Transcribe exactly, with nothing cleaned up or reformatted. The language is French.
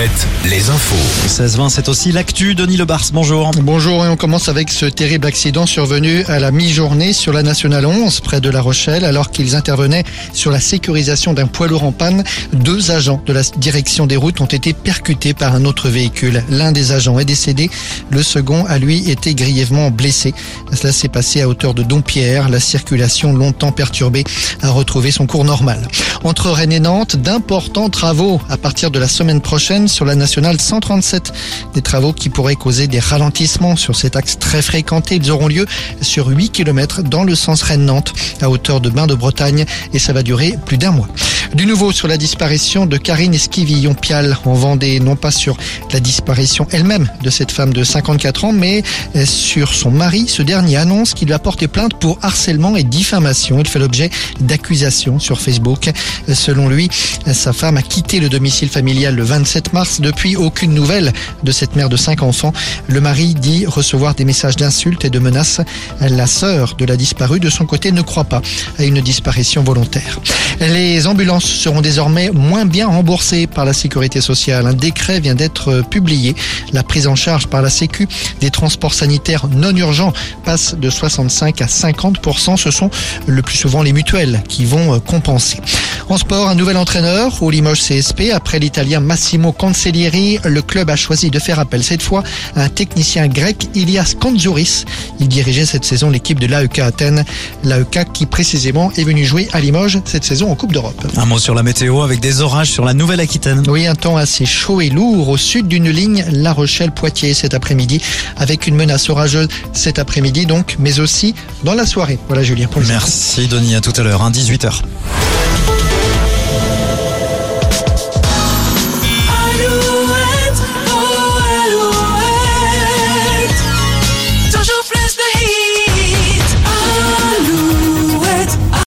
sept, les infos. seize vingt, c'est aussi l'actu. Denis Lebars, bonjour. Bonjour, et on commence avec ce terrible accident survenu à la mi-journée sur la nationale onze, près de La Rochelle, alors qu'ils intervenaient sur la sécurisation d'un poids lourd en panne. Deux agents de la direction des routes ont été percutés par un autre véhicule. L'un des agents est décédé, le second a lui été grièvement blessé. Cela s'est passé à hauteur de Dompierre. La circulation longtemps perturbée a retrouvé son cours normal. Entre Rennes et Nantes, d'importants travaux à partir de la semaine prochaine sur la nationale cent trente-sept. Des travaux qui pourraient causer des ralentissements sur cet axe très fréquenté. Ils auront lieu sur huit kilomètres dans le sens Rennes-Nantes à hauteur de Bain-de-Bretagne et ça va durer plus d'un mois. Du nouveau sur la disparition de Karine Esquivillon-Pial en Vendée, non pas sur la disparition elle-même de cette femme de cinquante-quatre ans, mais sur son mari. Ce dernier annonce qu'il a porté plainte pour harcèlement et diffamation. Il fait l'objet d'accusations sur Facebook. Selon lui, sa femme a quitté le domicile familial le vingt-sept mars. Depuis, aucune nouvelle de cette mère de cinq enfants. Le mari dit recevoir des messages d'insultes et de menaces. La sœur de la disparue, de son côté, ne croit pas à une disparition volontaire. Les ambulances seront désormais moins bien remboursées par la sécurité sociale. Un décret vient d'être publié. La prise en charge par la Sécu des transports sanitaires non urgents passe de soixante-cinq à cinquante pour cent. Ce sont le plus souvent les mutuelles qui vont compenser. En sport, un nouvel entraîneur au Limoges C S P. Après l'italien Massimo Cancellieri, le club a choisi de faire appel cette fois à un technicien grec, Ilias Kantzoris. Il dirigeait cette saison l'équipe de l'A E K Athènes. L'A E K qui précisément est venu jouer à Limoges cette saison en Coupe d'Europe. Un mot sur la météo avec des orages sur la Nouvelle-Aquitaine. Oui, un temps assez chaud et lourd au sud d'une ligne La Rochelle-Poitiers cet après-midi, avec une menace orageuse cet après-midi donc, mais aussi dans la soirée. Voilà Julien. Pour Merci Denis, à tout à l'heure, hein, dix-huit heures.